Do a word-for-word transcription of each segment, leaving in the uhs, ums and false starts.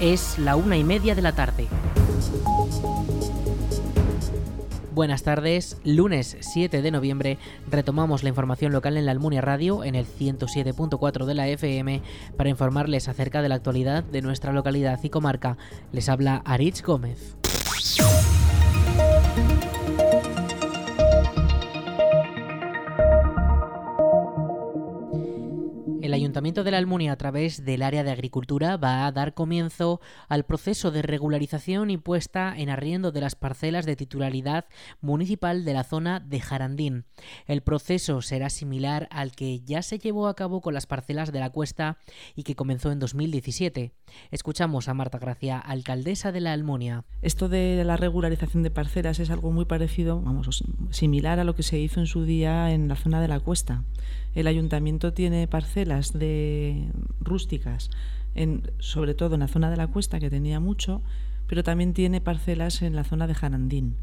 Es la una y media de la tarde. Buenas tardes, lunes siete de noviembre retomamos la información local en la Almunia Radio en el ciento siete punto cuatro de la F M para informarles acerca de la actualidad de nuestra localidad y comarca. Les habla Aritz Gómez. El Ayuntamiento de la Almunia, a través del área de agricultura, va a dar comienzo al proceso de regularización y puesta en arriendo de las parcelas de titularidad municipal de la zona de Jarandín. El proceso será similar al que ya se llevó a cabo con las parcelas de la Cuesta y que comenzó en dos mil diecisiete. Escuchamos a Marta Gracia, alcaldesa de la Almunia. Esto de la regularización de parcelas es algo muy parecido, vamos, similar a lo que se hizo en su día en la zona de la Cuesta. El ayuntamiento tiene parcelas de rústicas, en, sobre todo en la zona de la Cuesta, que tenía mucho, pero también tiene parcelas en la zona de Jarandín.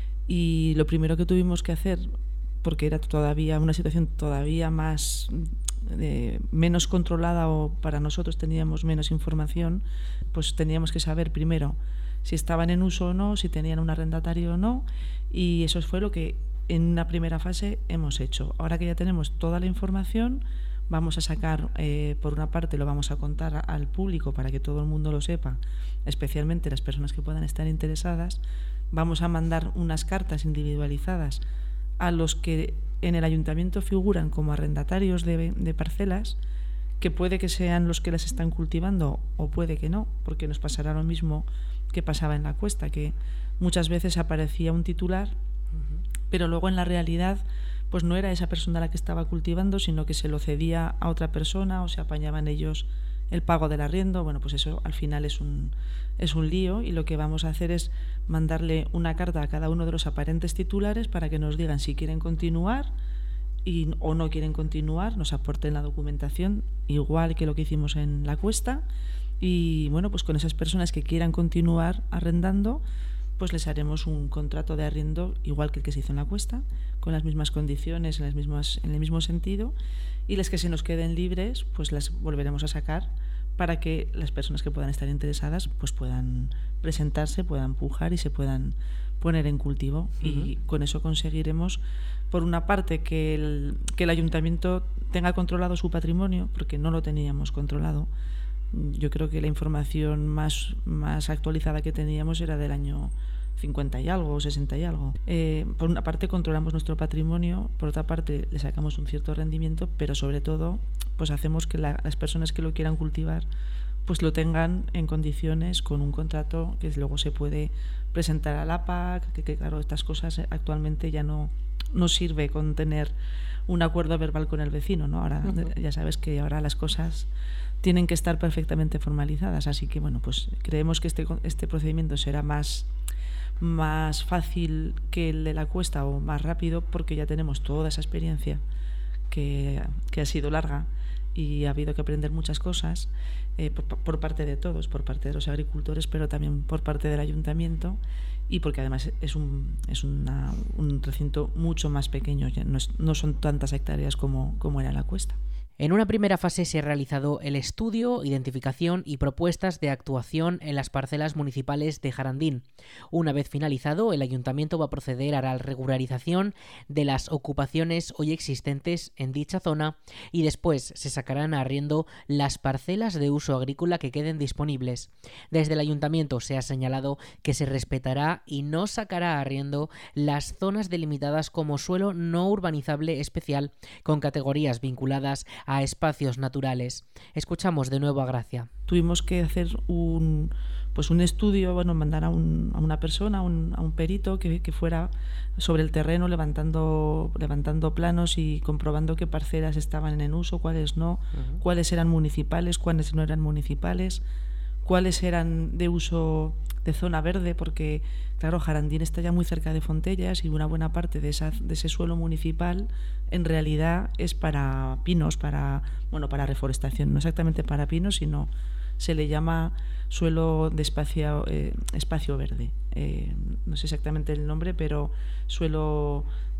Y lo primero que tuvimos que hacer, porque era todavía una situación todavía más eh, menos controlada, o para nosotros teníamos menos información, pues teníamos que saber primero si estaban en uso o no, si tenían un arrendatario o no, y eso fue lo que en una primera fase hemos hecho. Ahora que ya tenemos toda la información, vamos a sacar, eh, por una parte lo vamos a contar al público para que todo el mundo lo sepa, especialmente las personas que puedan estar interesadas. Vamos a mandar unas cartas individualizadas a los que en el ayuntamiento figuran como arrendatarios de, de parcelas, que puede que sean los que las están cultivando o puede que no, porque nos pasará lo mismo que pasaba en la Cuesta, que muchas veces aparecía un titular, uh-huh. pero luego en la realidad pues no era esa persona la que estaba cultivando, sino que se lo cedía a otra persona o se apañaban ellos el pago del arriendo. Bueno, pues eso al final es un, es un lío, y lo que vamos a hacer es mandarle una carta a cada uno de los aparentes titulares para que nos digan si quieren continuar y, o no quieren continuar, nos aporten la documentación, igual que lo que hicimos en la Cuesta, y bueno, pues con esas personas que quieran continuar arrendando, pues les haremos un contrato de arriendo igual que el que se hizo en la Cuesta, con las mismas condiciones, en, las mismas, en el mismo sentido, y las que se nos queden libres, pues las volveremos a sacar para que las personas que puedan estar interesadas pues puedan presentarse, puedan pujar y se puedan poner en cultivo. Uh-huh. Y con eso conseguiremos, por una parte, que el, que el ayuntamiento tenga controlado su patrimonio, porque no lo teníamos controlado. Yo creo que la información más, más actualizada que teníamos era del año cincuenta y algo, o sesenta y algo. Eh, por una parte controlamos nuestro patrimonio, por otra parte le sacamos un cierto rendimiento, pero sobre todo pues hacemos que la, las personas que lo quieran cultivar pues lo tengan en condiciones, con un contrato que luego se puede presentar a la P A C, que, que claro, estas cosas actualmente ya no, no sirve con tener un acuerdo verbal con el vecino, ¿no? Ahora uh-huh. ya sabes que ahora las cosas tienen que estar perfectamente formalizadas, así que bueno, pues creemos que este, este procedimiento será más, más fácil que el de la Cuesta, o más rápido, porque ya tenemos toda esa experiencia que, que ha sido larga y ha habido que aprender muchas cosas eh, por, por parte de todos, por parte de los agricultores, pero también por parte del ayuntamiento, y porque además es un, es una, un recinto mucho más pequeño, ya no, es, no son tantas hectáreas como, como era la Cuesta. En una primera fase se ha realizado el estudio, identificación y propuestas de actuación en las parcelas municipales de Jarandín. Una vez finalizado, el ayuntamiento va a proceder a la regularización de las ocupaciones hoy existentes en dicha zona, y después se sacarán a arriendo las parcelas de uso agrícola que queden disponibles. Desde el ayuntamiento se ha señalado que se respetará y no sacará a arriendo las zonas delimitadas como suelo no urbanizable especial, con categorías vinculadas a espacios naturales. Escuchamos de nuevo a Gracia. Tuvimos que hacer un, pues un estudio, bueno, mandar a, un, a una persona, un, a un perito que, que fuera sobre el terreno levantando, levantando planos y comprobando qué parcelas estaban en uso, cuáles no, uh-huh. cuáles eran municipales, cuáles no eran municipales, cuáles eran de uso de zona verde, porque claro, Jarandín está ya muy cerca de Fontellas y una buena parte de, esa, de ese suelo municipal en realidad es para pinos, para, bueno, para reforestación, no exactamente para pinos, sino se le llama suelo de espacio, eh, espacio verde. Eh, no sé exactamente el nombre, pero suelo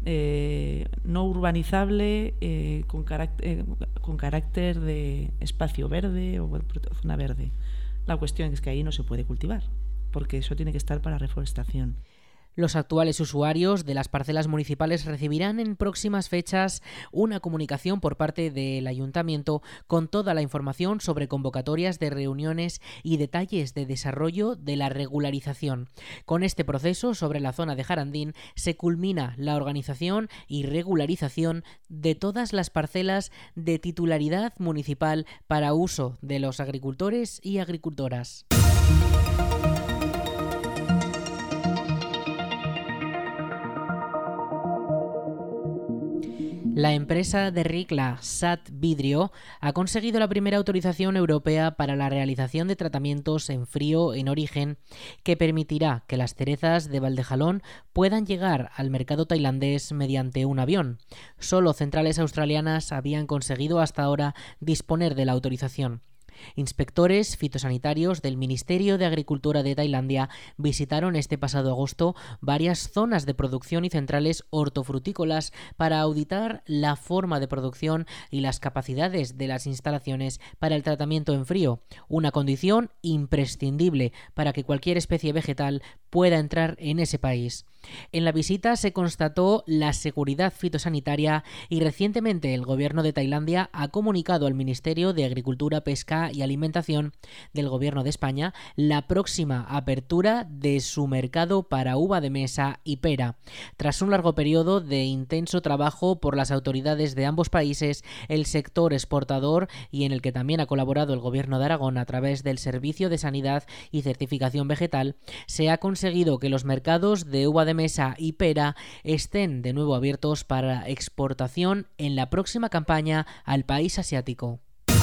eh, no urbanizable eh, con, carácter, eh, con carácter de espacio verde o zona verde. La cuestión es que ahí no se puede cultivar, porque eso tiene que estar para reforestación. Los actuales usuarios de las parcelas municipales recibirán en próximas fechas una comunicación por parte del Ayuntamiento con toda la información sobre convocatorias de reuniones y detalles de desarrollo de la regularización. Con este proceso sobre la zona de Jarandín se culmina la organización y regularización de todas las parcelas de titularidad municipal para uso de los agricultores y agricultoras. La empresa de Ricla, Sat Vidrio, ha conseguido la primera autorización europea para la realización de tratamientos en frío en origen que permitirá que las cerezas de Valdejalón puedan llegar al mercado tailandés mediante un avión. Solo centrales australianas habían conseguido hasta ahora disponer de la autorización. Inspectores fitosanitarios del Ministerio de Agricultura de Tailandia visitaron este pasado agosto varias zonas de producción y centrales hortofrutícolas para auditar la forma de producción y las capacidades de las instalaciones para el tratamiento en frío, una condición imprescindible para que cualquier especie vegetal pueda entrar en ese país. En la visita se constató la seguridad fitosanitaria y recientemente el Gobierno de Tailandia ha comunicado al Ministerio de Agricultura, Pesca y Alimentación del Gobierno de España la próxima apertura de su mercado para uva de mesa y pera. Tras un largo periodo de intenso trabajo por las autoridades de ambos países, el sector exportador, y en el que también ha colaborado el Gobierno de Aragón a través del Servicio de Sanidad y Certificación Vegetal, se ha conseguido que los mercados de uva de mesa y pera estén de nuevo abiertos para exportación en la próxima campaña al país asiático.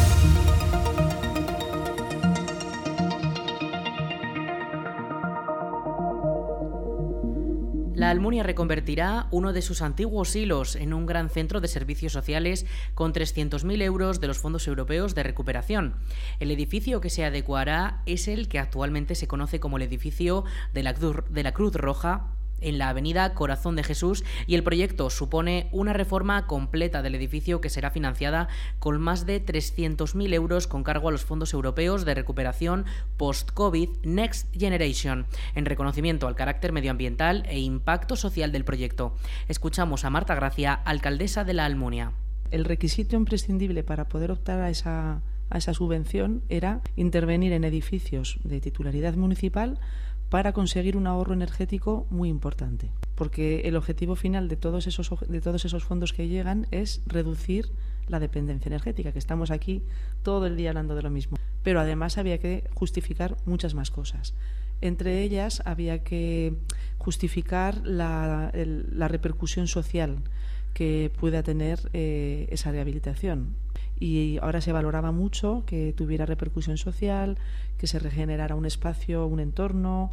La Almunia reconvertirá uno de sus antiguos silos en un gran centro de servicios sociales con trescientos mil euros de los fondos europeos de recuperación. El edificio que se adecuará es el que actualmente se conoce como el edificio de la Cruz, de la Cruz Roja, en la avenida Corazón de Jesús, y el proyecto supone una reforma completa del edificio que será financiada con más de trescientos mil euros con cargo a los fondos europeos de recuperación post-COVID Next Generation, en reconocimiento al carácter medioambiental e impacto social del proyecto. Escuchamos a Marta Gracia, alcaldesa de La Almunia. El requisito imprescindible para poder optar a esa, a esa subvención era intervenir en edificios de titularidad municipal para conseguir un ahorro energético muy importante, porque el objetivo final de todos esos de todos esos fondos que llegan es reducir la dependencia energética, que estamos aquí todo el día hablando de lo mismo. Pero además había que justificar muchas más cosas. Entre ellas había que justificar la, el, la repercusión social que pueda tener eh, esa rehabilitación. Y ahora se valoraba mucho que tuviera repercusión social, que se regenerara un espacio, un entorno,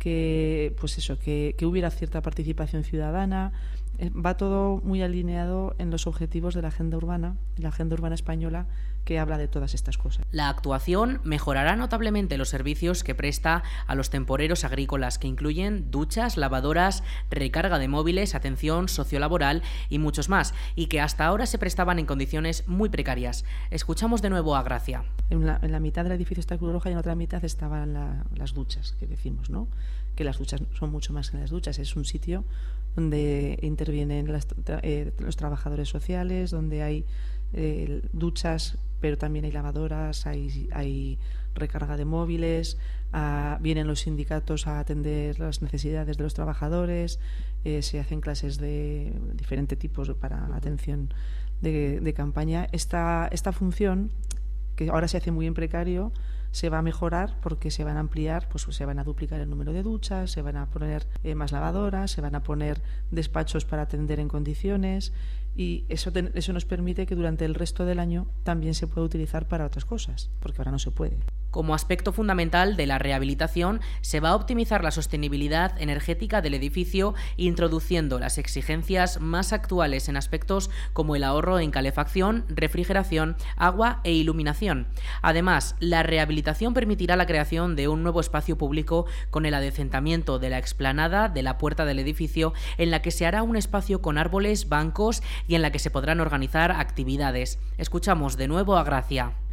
que pues eso, que, que hubiera cierta participación ciudadana. Va todo muy alineado en los objetivos de la agenda urbana, la agenda urbana española, que habla de todas estas cosas. La actuación mejorará notablemente los servicios que presta a los temporeros agrícolas, que incluyen duchas, lavadoras, recarga de móviles, atención sociolaboral y muchos más, y que hasta ahora se prestaban en condiciones muy precarias. Escuchamos de nuevo a Gracia. En la, en la mitad del edificio está Cruz Roja y en otra mitad estaban la, las duchas, que decimos, ¿no? Que las duchas son mucho más que las duchas. Es un sitio donde intervienen las, eh, los trabajadores sociales, donde hay eh, duchas, pero también hay lavadoras, hay, hay recarga de móviles, a, vienen los sindicatos a atender las necesidades de los trabajadores, eh, se hacen clases de diferentes tipos para atención de, de campaña. Esta, esta función, que ahora se hace muy en precario, se va a mejorar porque se van a ampliar, pues se van a duplicar el número de duchas, se van a poner eh, más lavadoras, se van a poner despachos para atender en condiciones, y eso, te, eso nos permite que durante el resto del año también se pueda utilizar para otras cosas, porque ahora no se puede. Como aspecto fundamental de la rehabilitación, se va a optimizar la sostenibilidad energética del edificio, introduciendo las exigencias más actuales en aspectos como el ahorro en calefacción, refrigeración, agua e iluminación. Además, la rehabilitación permitirá la creación de un nuevo espacio público con el adecentamiento de la explanada de la puerta del edificio, en la que se hará un espacio con árboles, bancos y en la que se podrán organizar actividades. Escuchamos de nuevo a Gracia.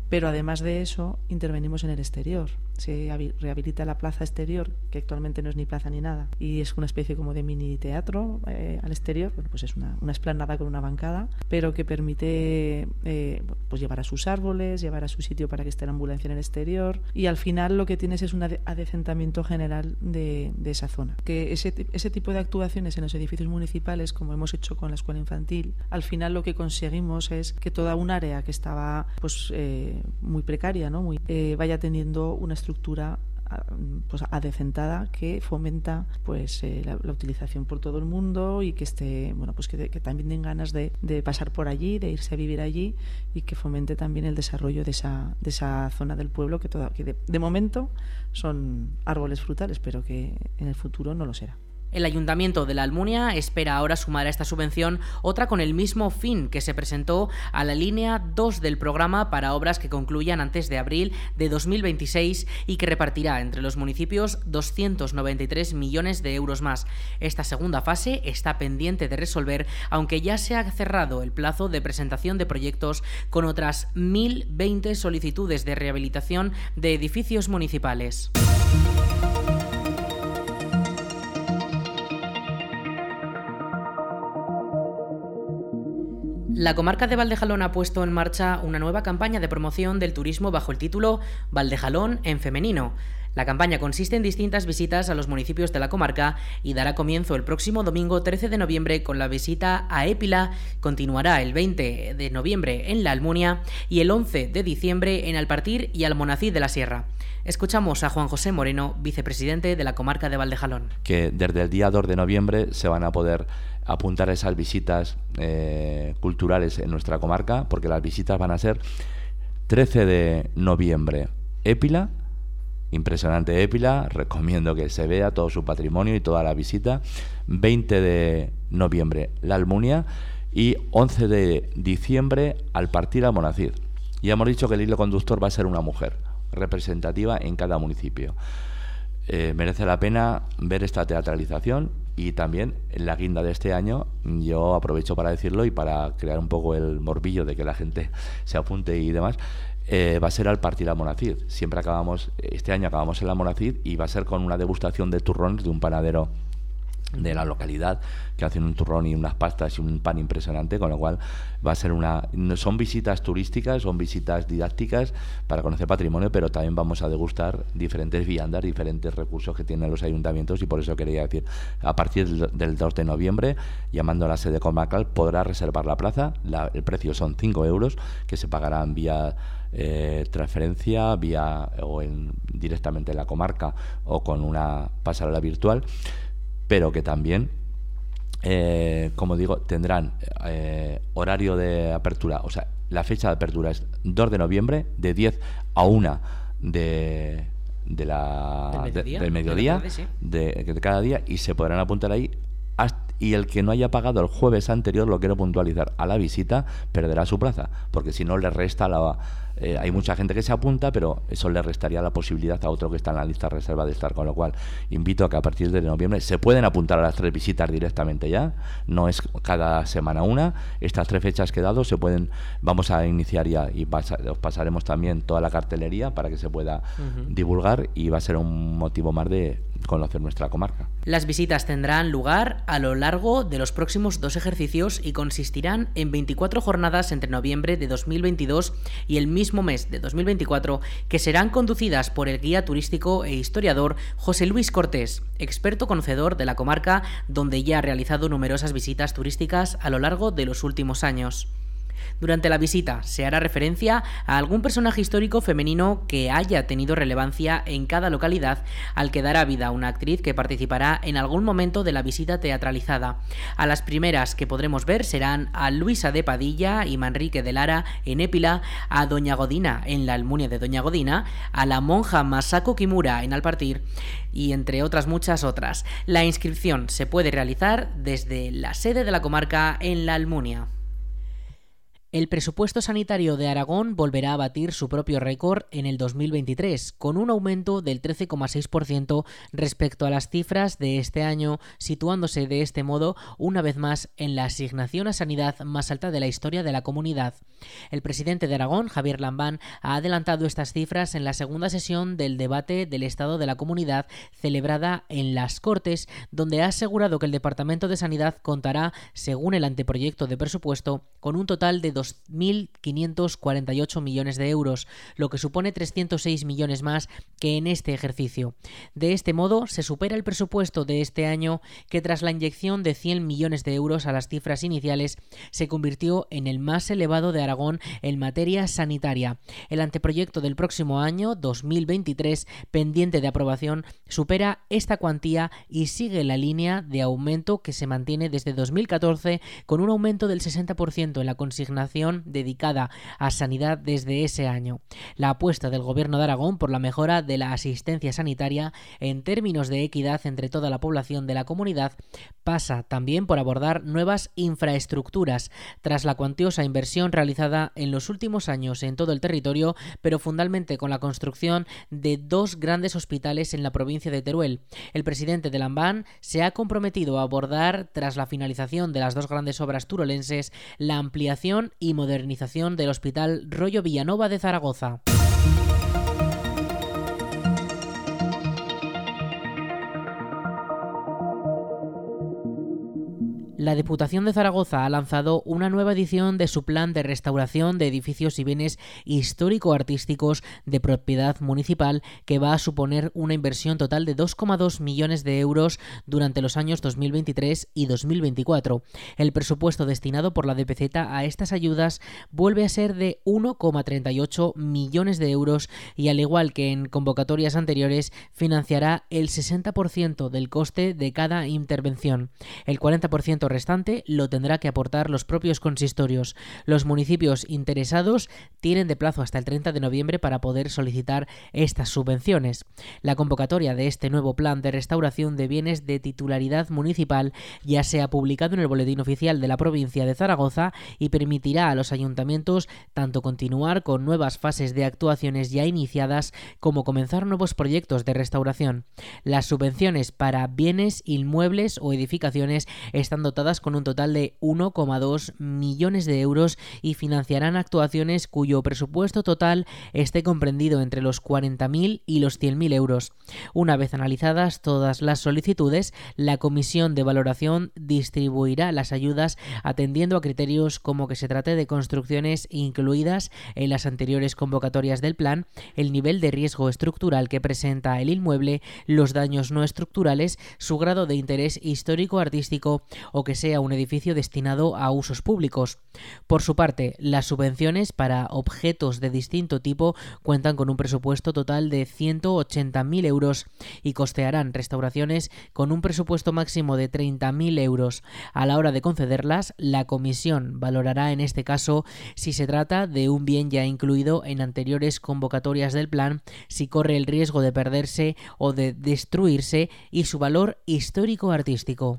Pero además de eso, intervenimos en el exterior. Se rehabilita la plaza exterior, que actualmente no es ni plaza ni nada, y es una especie como de mini teatro eh, al exterior. Bueno, pues es una, una explanada con una bancada, pero que permite eh, pues llevar a sus árboles, llevar a su sitio para que esté la ambulancia en el exterior, y al final lo que tienes es un adecentamiento general de, de esa zona. Que ese, ese tipo de actuaciones en los edificios municipales, como hemos hecho con la escuela infantil, al final lo que conseguimos es que toda un área que estaba pues eh, muy precaria, ¿no? muy, eh, vaya teniendo una estructura pues adecentada que fomenta pues eh, la, la utilización por todo el mundo, y que esté bueno pues que, que también den ganas de, de pasar por allí, de irse a vivir allí, y que fomente también el desarrollo de esa de esa zona del pueblo que, toda, que de, de momento son árboles frutales, pero que en el futuro no lo será. El Ayuntamiento de la Almunia espera ahora sumar a esta subvención otra con el mismo fin que se presentó a la línea dos del programa para obras que concluyan antes de abril de dos mil veintiséis y que repartirá entre los municipios doscientos noventa y tres millones de euros más. Esta segunda fase está pendiente de resolver, aunque ya se ha cerrado el plazo de presentación de proyectos con otras mil veinte solicitudes de rehabilitación de edificios municipales. La comarca de Valdejalón ha puesto en marcha una nueva campaña de promoción del turismo bajo el título Valdejalón en femenino. La campaña consiste en distintas visitas a los municipios de la comarca y dará comienzo el próximo domingo trece de noviembre con la visita a Épila, continuará el veinte de noviembre en la Almunia y el once de diciembre en Alpartir y Almonacid de la Sierra. Escuchamos a Juan José Moreno, vicepresidente de la comarca de Valdejalón. Que desde el día dos de noviembre se van a poder apuntar a esas visitas eh, culturales en nuestra comarca, porque las visitas van a ser trece de noviembre Épila, impresionante Épila, recomiendo que se vea todo su patrimonio y toda la visita, veinte de noviembre la Almunia y once de diciembre Alpartir Almonacid. Y hemos dicho que el hilo conductor va a ser una mujer representativa en cada municipio. Eh, merece la pena ver esta teatralización, y también en la guinda de este año yo aprovecho para decirlo y para crear un poco el morbillo de que la gente se apunte y demás. Eh, va a ser Alpartir Almonacid. Siempre acabamos, este año acabamos en Almonacid, y va a ser con una degustación de turrones de un panadero de la localidad que hacen un turrón y unas pastas y un pan impresionante, con lo cual va a ser una son visitas turísticas, son visitas didácticas para conocer patrimonio, pero también vamos a degustar diferentes viandas, diferentes recursos que tienen los ayuntamientos, y por eso quería decir, a partir del dos de noviembre, llamando a la sede comarcal, podrá reservar la plaza. La, el precio son cinco euros que se pagarán vía Eh, transferencia, vía o en, directamente en la comarca o con una pasarela virtual, pero que también eh, como digo, tendrán eh, horario de apertura, o sea, la fecha de apertura es dos de noviembre de diez a una de, de la, del mediodía, de, del mediodía de, tarde, sí. de, de cada día, y se podrán apuntar ahí. Hasta, y el que no haya pagado el jueves anterior, lo quiero puntualizar, a la visita, perderá su plaza, porque si no le resta la... Eh, hay mucha gente que se apunta, pero eso le restaría la posibilidad a otro que está en la lista reserva de estar, con lo cual invito a que a partir de noviembre se pueden apuntar a las tres visitas directamente ya, no es cada semana una. Estas tres fechas que he dado se pueden, vamos a iniciar ya, y pasa, os pasaremos también toda la cartelería para que se pueda uh-huh. divulgar, y va a ser un motivo más de conocer nuestra comarca. Las visitas tendrán lugar a lo largo de los próximos dos ejercicios y consistirán en veinticuatro jornadas entre noviembre de dos mil veintidós y el mismo mes de dos mil veinticuatro, que serán conducidas por el guía turístico e historiador José Luis Cortés, experto conocedor de la comarca, donde ya ha realizado numerosas visitas turísticas a lo largo de los últimos años. Durante la visita se hará referencia a algún personaje histórico femenino que haya tenido relevancia en cada localidad, al que dará vida una actriz que participará en algún momento de la visita teatralizada. A las primeras que podremos ver serán a Luisa de Padilla y Manrique de Lara en Épila, a Doña Godina en la Almunia de Doña Godina, a la monja Masako Kimura en Alpartir, y entre otras muchas otras. La inscripción se puede realizar desde la sede de la comarca en la Almunia. El presupuesto sanitario de Aragón volverá a batir su propio récord en el dos mil veintitrés, con un aumento del trece coma seis por ciento respecto a las cifras de este año, situándose de este modo una vez más en la asignación a sanidad más alta de la historia de la comunidad. El presidente de Aragón, Javier Lambán, ha adelantado estas cifras en la segunda sesión del debate del Estado de la Comunidad celebrada en Las Cortes, donde ha asegurado que el Departamento de Sanidad contará, según el anteproyecto de presupuesto, con un total de dos mil quinientos cuarenta y ocho millones de euros, lo que supone trescientos seis millones más que en este ejercicio. De este modo, se supera el presupuesto de este año, que tras la inyección de cien millones de euros a las cifras iniciales, se convirtió en el más elevado de Aragón en materia sanitaria. El anteproyecto del próximo año, dos mil veintitrés, pendiente de aprobación, supera esta cuantía y sigue la línea de aumento que se mantiene desde dos mil catorce, con un aumento del sesenta por ciento en la consignación dedicada a sanidad desde ese año. La apuesta del Gobierno de Aragón por la mejora de la asistencia sanitaria en términos de equidad entre toda la población de la comunidad pasa también por abordar nuevas infraestructuras, tras la cuantiosa inversión realizada en los últimos años en todo el territorio, pero fundamentalmente con la construcción de dos grandes hospitales en la provincia de Teruel. El presidente de Lambán se ha comprometido a abordar, tras la finalización de las dos grandes obras turolenses, la ampliación y modernización del Hospital Rollo Villanova de Zaragoza. La Diputación de Zaragoza ha lanzado una nueva edición de su plan de restauración de edificios y bienes histórico-artísticos de propiedad municipal, que va a suponer una inversión total de dos coma dos millones de euros durante los años dos mil veintitrés y dos mil veinticuatro. El presupuesto destinado por la D P Z a estas ayudas vuelve a ser de uno coma treinta y ocho millones de euros y, al igual que en convocatorias anteriores, financiará el sesenta por ciento del coste de cada intervención. El cuarenta por ciento restante lo tendrá que aportar los propios consistorios. Los municipios interesados tienen de plazo hasta el treinta de noviembre para poder solicitar estas subvenciones. La convocatoria de este nuevo plan de restauración de bienes de titularidad municipal ya se ha publicado en el Boletín Oficial de la provincia de Zaragoza y permitirá a los ayuntamientos tanto continuar con nuevas fases de actuaciones ya iniciadas como comenzar nuevos proyectos de restauración. Las subvenciones para bienes inmuebles o edificaciones están dotadas con un total de uno coma dos millones de euros y financiarán actuaciones cuyo presupuesto total esté comprendido entre los cuarenta mil y los cien mil euros. Una vez analizadas todas las solicitudes, la Comisión de Valoración distribuirá las ayudas atendiendo a criterios como que se trate de construcciones incluidas en las anteriores convocatorias del plan, el nivel de riesgo estructural que presenta el inmueble, los daños no estructurales, su grado de interés histórico-artístico o que sea un edificio destinado a usos públicos. Por su parte, las subvenciones para objetos de distinto tipo cuentan con un presupuesto total de ciento ochenta mil euros y costearán restauraciones con un presupuesto máximo de treinta mil euros. A la hora de concederlas, la Comisión valorará en este caso si se trata de un bien ya incluido en anteriores convocatorias del plan, si corre el riesgo de perderse o de destruirse y su valor histórico-artístico.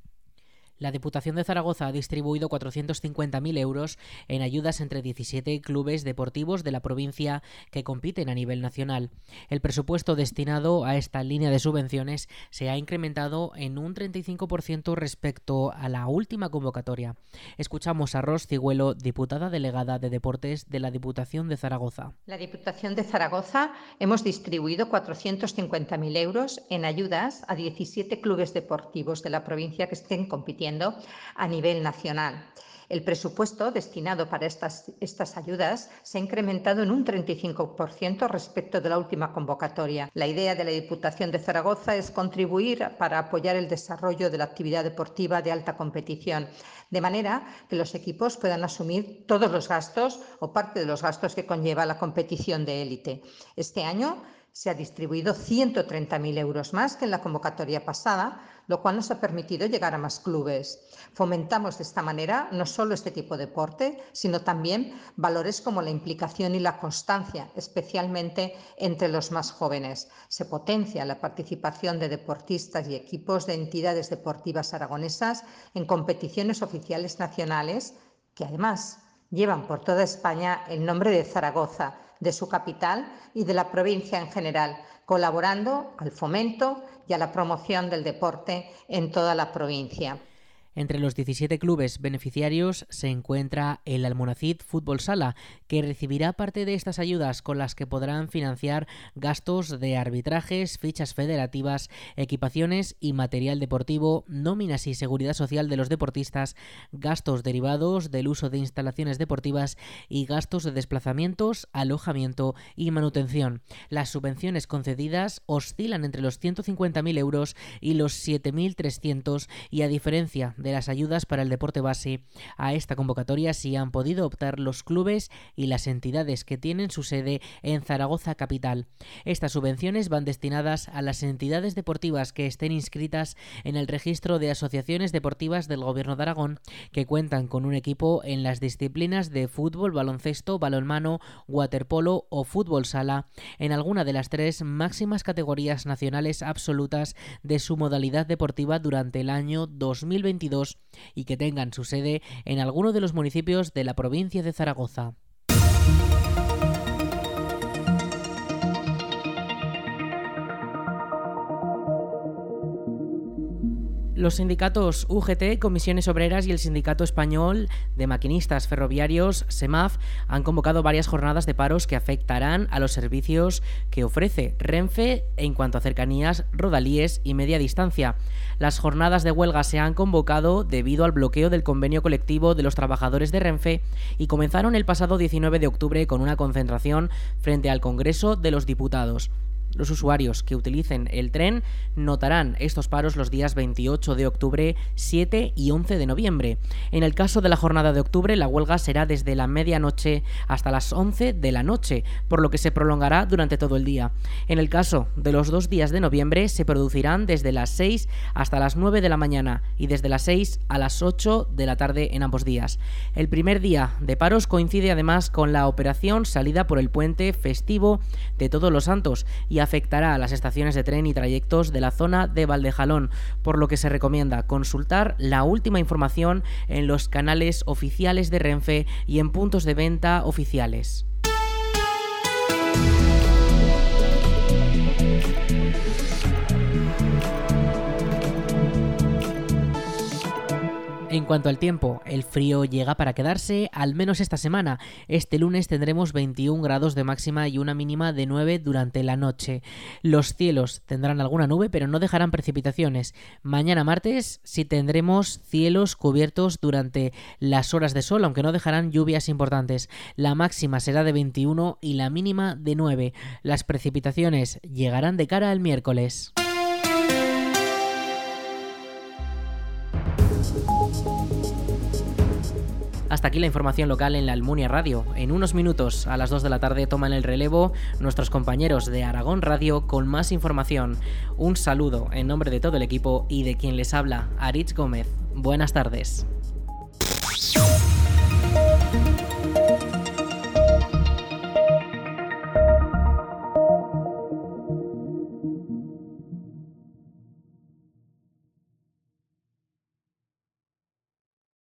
La Diputación de Zaragoza ha distribuido cuatrocientos cincuenta mil euros en ayudas entre diecisiete clubes deportivos de la provincia que compiten a nivel nacional. El presupuesto destinado a esta línea de subvenciones se ha incrementado en un treinta y cinco por ciento respecto a la última convocatoria. Escuchamos a Ros Cigüelo, diputada delegada de Deportes de la Diputación de Zaragoza. La Diputación de Zaragoza hemos distribuido cuatrocientos cincuenta mil euros en ayudas a diecisiete clubes deportivos de la provincia que estén compitiendo a nivel nacional. El presupuesto destinado para estas, estas ayudas se ha incrementado en un treinta y cinco por ciento respecto de la última convocatoria. La idea de la Diputación de Zaragoza es contribuir para apoyar el desarrollo de la actividad deportiva de alta competición, de manera que los equipos puedan asumir todos los gastos o parte de los gastos que conlleva la competición de élite. Este año se ha distribuido ciento treinta mil euros más que en la convocatoria pasada, lo cual nos ha permitido llegar a más clubes. Fomentamos de esta manera no solo este tipo de deporte, sino también valores como la implicación y la constancia, especialmente entre los más jóvenes. Se potencia la participación de deportistas y equipos de entidades deportivas aragonesas en competiciones oficiales nacionales que, además, llevan por toda España el nombre de Zaragoza, de su capital y de la provincia en general, colaborando al fomento y a la promoción del deporte en toda la provincia. Entre los diecisiete clubes beneficiarios se encuentra el Almonacid Fútbol Sala, que recibirá parte de estas ayudas con las que podrán financiar gastos de arbitrajes, fichas federativas, equipaciones y material deportivo, nóminas y seguridad social de los deportistas, gastos derivados del uso de instalaciones deportivas y gastos de desplazamientos, alojamiento y manutención. Las subvenciones concedidas oscilan entre los ciento cincuenta mil euros y los siete mil trescientos y, a diferencia de las ayudas para el deporte base, a esta convocatoria sí han podido optar los clubes y las entidades que tienen su sede en Zaragoza capital. Estas subvenciones van destinadas a las entidades deportivas que estén inscritas en el registro de asociaciones deportivas del Gobierno de Aragón, que cuentan con un equipo en las disciplinas de fútbol, baloncesto, balonmano, waterpolo o fútbol sala, en alguna de las tres máximas categorías nacionales absolutas de su modalidad deportiva durante el año dos mil veintidós, y que tengan su sede en alguno de los municipios de la provincia de Zaragoza. Los sindicatos U G T, Comisiones Obreras y el Sindicato Español de Maquinistas Ferroviarios, SEMAF, han convocado varias jornadas de paros que afectarán a los servicios que ofrece Renfe en cuanto a cercanías, rodalíes y media distancia. Las jornadas de huelga se han convocado debido al bloqueo del convenio colectivo de los trabajadores de Renfe y comenzaron el pasado diecinueve de octubre con una concentración frente al Congreso de los Diputados. Los usuarios que utilicen el tren notarán estos paros los días veintiocho de octubre, siete y once de noviembre. En el caso de la jornada de octubre, la huelga será desde la medianoche hasta las once de la noche, por lo que se prolongará durante todo el día. En el caso de los dos días de noviembre, se producirán desde las seis hasta las nueve de la mañana y desde las seis a las ocho de la tarde en ambos días. El primer día de paros coincide además con la operación salida por el puente festivo de Todos los Santos y afectará a las estaciones de tren y trayectos de la zona de Valdejalón, por lo que se recomienda consultar la última información en los canales oficiales de Renfe y en puntos de venta oficiales. En cuanto al tiempo, el frío llega para quedarse, al menos esta semana. Este lunes tendremos veintiún grados de máxima y una mínima de nueve durante la noche. Los cielos tendrán alguna nube, pero no dejarán precipitaciones. Mañana martes sí tendremos cielos cubiertos durante las horas de sol, aunque no dejarán lluvias importantes. La máxima será de veintiuno y la mínima de nueve. Las precipitaciones llegarán de cara al miércoles. Hasta aquí la información local en la Almunia Radio. En unos minutos, a las dos de la tarde, toman el relevo nuestros compañeros de Aragón Radio con más información. Un saludo en nombre de todo el equipo y de quien les habla, Aritz Gómez. Buenas tardes.